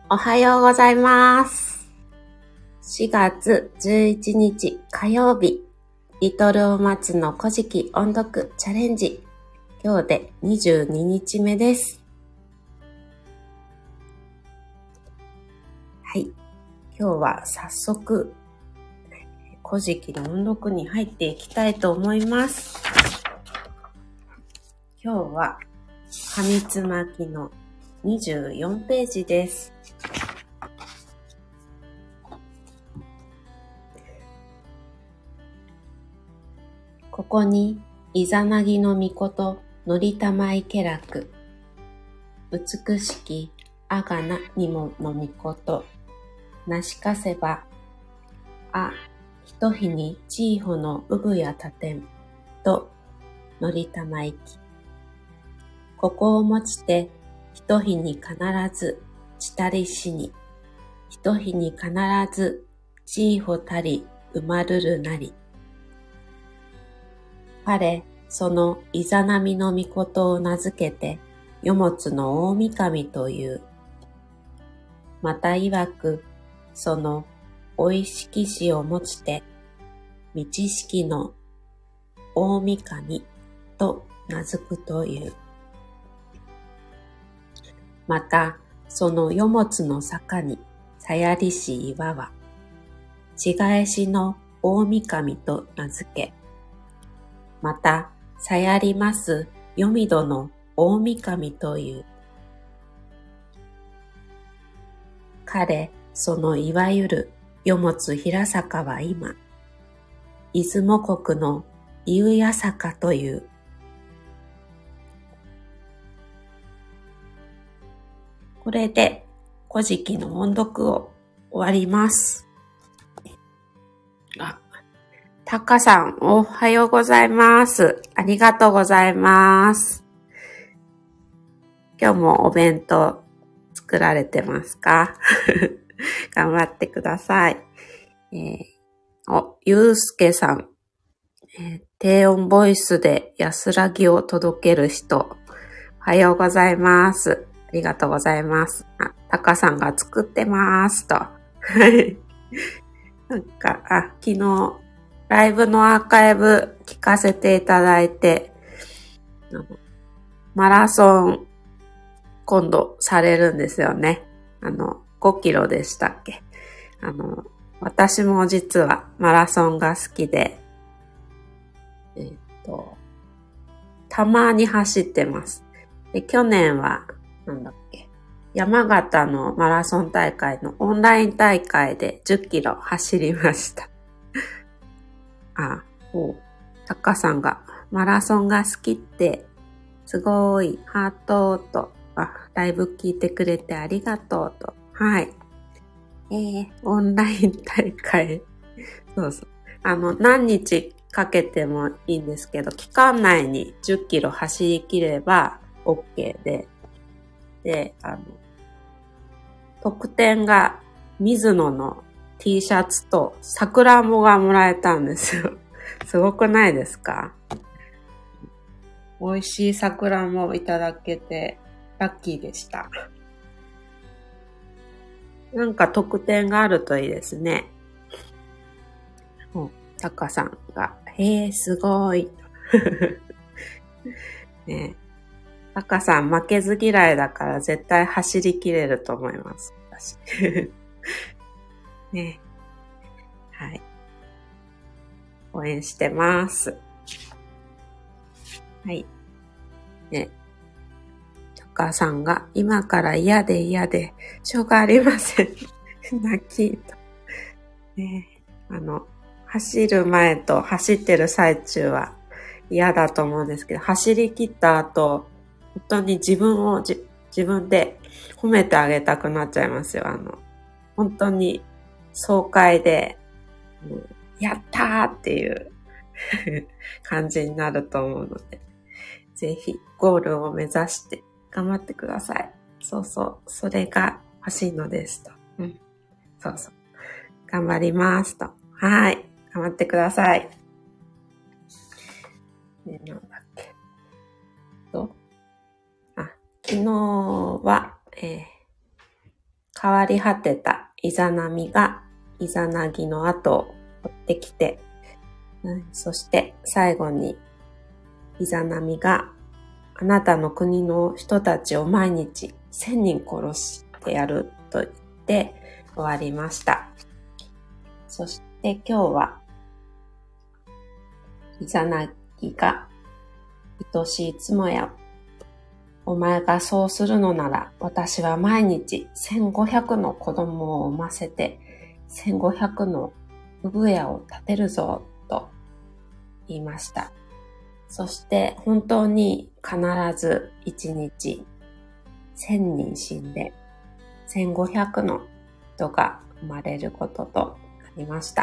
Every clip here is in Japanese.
おはようございます。4月11日火曜日、リトルお松の古事記音読チャレンジ。今日で22日目です。はい。今日は早速、古事記の音読に入っていきたいと思います。今日は、紙つまきの24ページです。ここに、イザナギの御事、のりたまいけらく、美しきあがなにもの御事、なしかせば、ひとひにちいほのうぶやたてん、と、のりたまいき。ここをもちて、ひとひに必ず、ちたりしに、ひとひに必ず、ちいほたり、うまるるなり。彼、そのイザナミの御事を名付けて、よもつの大神という。また曰く、その、おいしきしをもちて、道式の大神と名付くという。また、そのよもつの坂に、さやりし岩は、ちがえしの大神と名付け、また、さやりますよみどの大神という。彼、そのいわゆるよもつ平坂は今、出雲国の竜谷坂という。これで、古事記の音読を終わります。タカさん、おはようございます。ありがとうございます。今日もお弁当作られてますか？頑張ってください。ゆうすけさん、低音ボイスで安らぎを届ける人、おはようございます。ありがとうございます。タカさんが作ってますと。なんか、昨日、ライブのアーカイブ聞かせていただいて、マラソン今度されるんですよね。5キロでしたっけ。私も実はマラソンが好きで、たまに走ってます。で、去年は、山形のマラソン大会のオンライン大会で10キロ走りました。タカさんがマラソンが好きって、すごい、ハートと、ライブ聞いてくれてありがとうと。はい。オンライン大会。そうそう。何日かけてもいいんですけど、期間内に10キロ走り切れば OK で、特典が水野の T シャツと桜もがもらえたんですよ。すごくないですか？美味しい桜もいただけてラッキーでした。なんか特典があるといいですね。タカさんが、すごい。ね、タカさん負けず嫌いだから絶対走り切れると思います。私ね。はい。応援してます。はい。ね。タカさんが今から嫌でしょうがありません。泣きと。ね。走る前と走ってる最中は嫌だと思うんですけど、走り切った後、本当に自分で褒めてあげたくなっちゃいますよ。本当に爽快で、やったーっていう感じになると思うので、ぜひゴールを目指して頑張ってください。そうそう、それが欲しいのですと。そうそう。頑張りますと。はい。頑張ってください。なんだっけ。昨日は、 変わり果てたイザナミがイザナギの後を追ってきて、そして最後にイザナミがあなたの国の人たちを毎日1000人殺してやると言って終わりました。そして今日はイザナギが愛しい妻や、お前がそうするのなら私は毎日1500の子供を産ませて1500の産屋を建てるぞと言いました。そして本当に必ず1日1000人死んで1500の人が生まれることとなりました。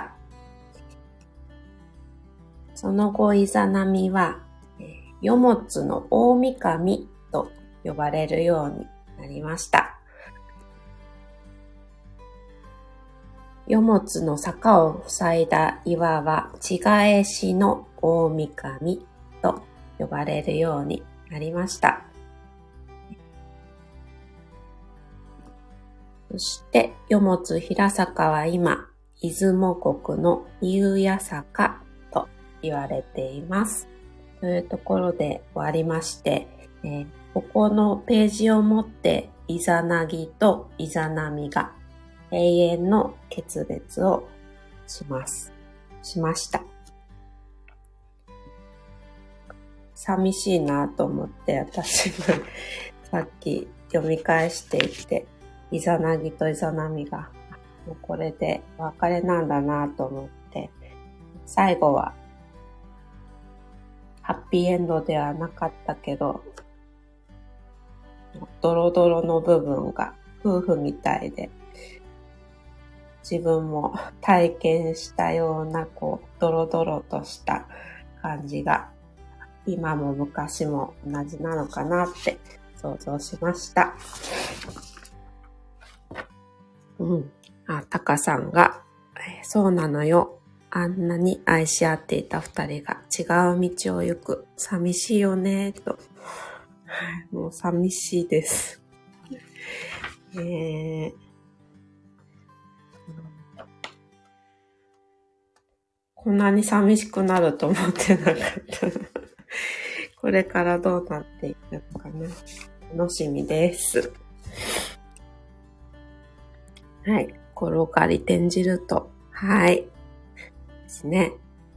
その後イザナミは世物の大神と呼ばれるようになりました。世物の坂を塞いだ岩は地返しの大神と呼ばれるようになりました。そして世物平坂は今、出雲国の夕屋坂と言われています。というところで終わりまして、ここのページをもってイザナギとイザナミが永遠の決別をしました。寂しいなと思って私もさっき読み返していて、イザナギとイザナミがもうこれでお別れなんだなと思って、最後はハッピーエンドではなかったけど、ドロドロの部分が夫婦みたいで、自分も体験したようなドロドロとした感じが今も昔も同じなのかなって想像しました。タカさんが、そうなのよ。あんなに愛し合っていた二人が違う道を行く。寂しいよね、と。もう寂しいです。こんなに寂しくなると思ってなかった。これからどうなっていくのかな。楽しみです。はい。転がり転じると。はい。ですね。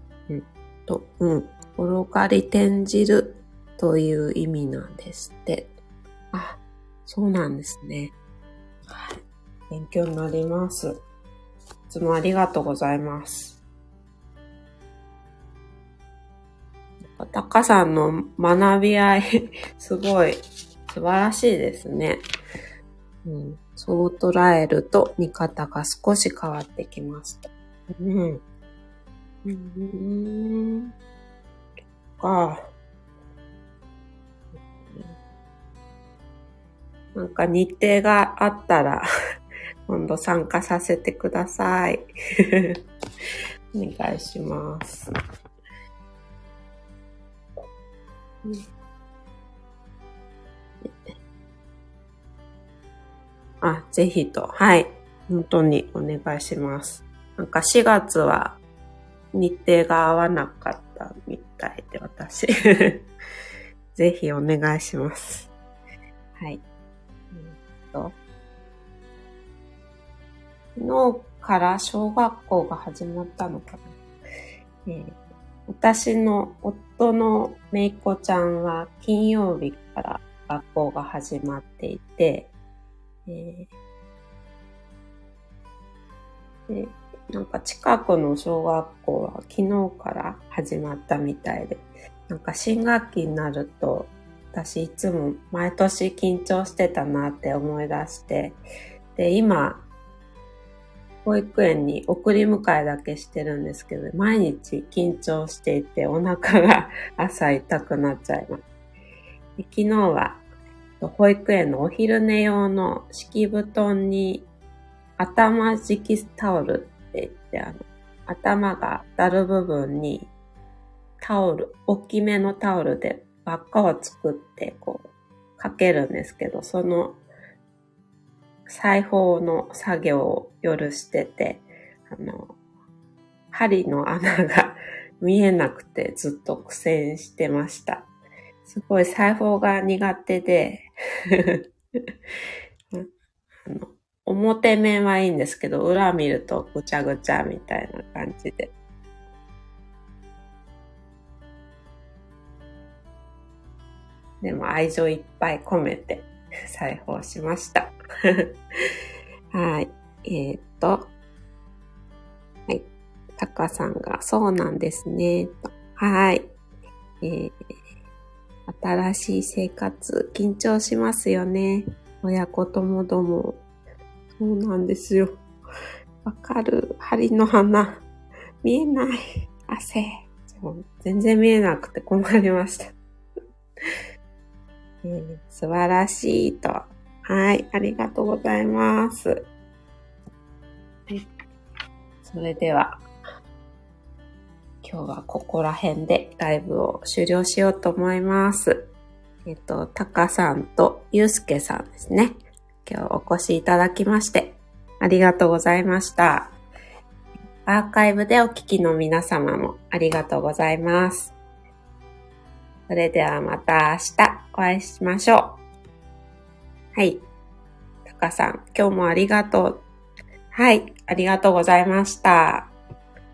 転がり転じるという意味なんですって。あ、そうなんですね。はい。勉強になります。いつもありがとうございます。タカさんの学び合い、すごい素晴らしいですね。そう捉えると見方が少し変わってきました。なんか日程があったら今度参加させてください。お願いします。ぜひと。はい。本当にお願いします。なんか4月は日程が合わなかったみたいで、私。ぜひお願いします。はい。昨日から小学校が始まったのかな。私の夫のめいこちゃんは金曜日から学校が始まっていて、なんか近くの小学校は昨日から始まったみたいで、なんか新学期になると私いつも毎年緊張してたなって思い出して、で今保育園に送り迎えだけしてるんですけど、毎日緊張していてお腹が朝痛くなっちゃいます。で昨日は保育園のお昼寝用の敷布団に頭敷きタオルって言って、頭が当たる部分にタオル、大きめのタオルで輪っかを作ってかけるんですけど、その裁縫の作業を夜してて、針の穴が見えなくてずっと苦戦してました。すごい裁縫が苦手で、表面はいいんですけど、裏見るとぐちゃぐちゃみたいな感じで。でも愛情いっぱい込めて裁縫しました。はい。はい。タカさんが、そうなんですね。はい。新しい生活、緊張しますよね。親子ともども。そうなんですよ。わかる。針の花。見えない。汗。全然見えなくて困りました。素晴らしいと。はい。ありがとうございます。はい。それでは、今日はここら辺でライブを終了しようと思います。タカさんとユウスケさんですね。今日お越しいただきまして、ありがとうございました。アーカイブでお聞きの皆様もありがとうございます。それではまた明日お会いしましょう。はい。タカさん、今日もありがとう。はい。ありがとうございました。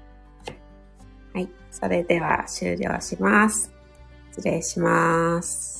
はい。それでは終了します。失礼します。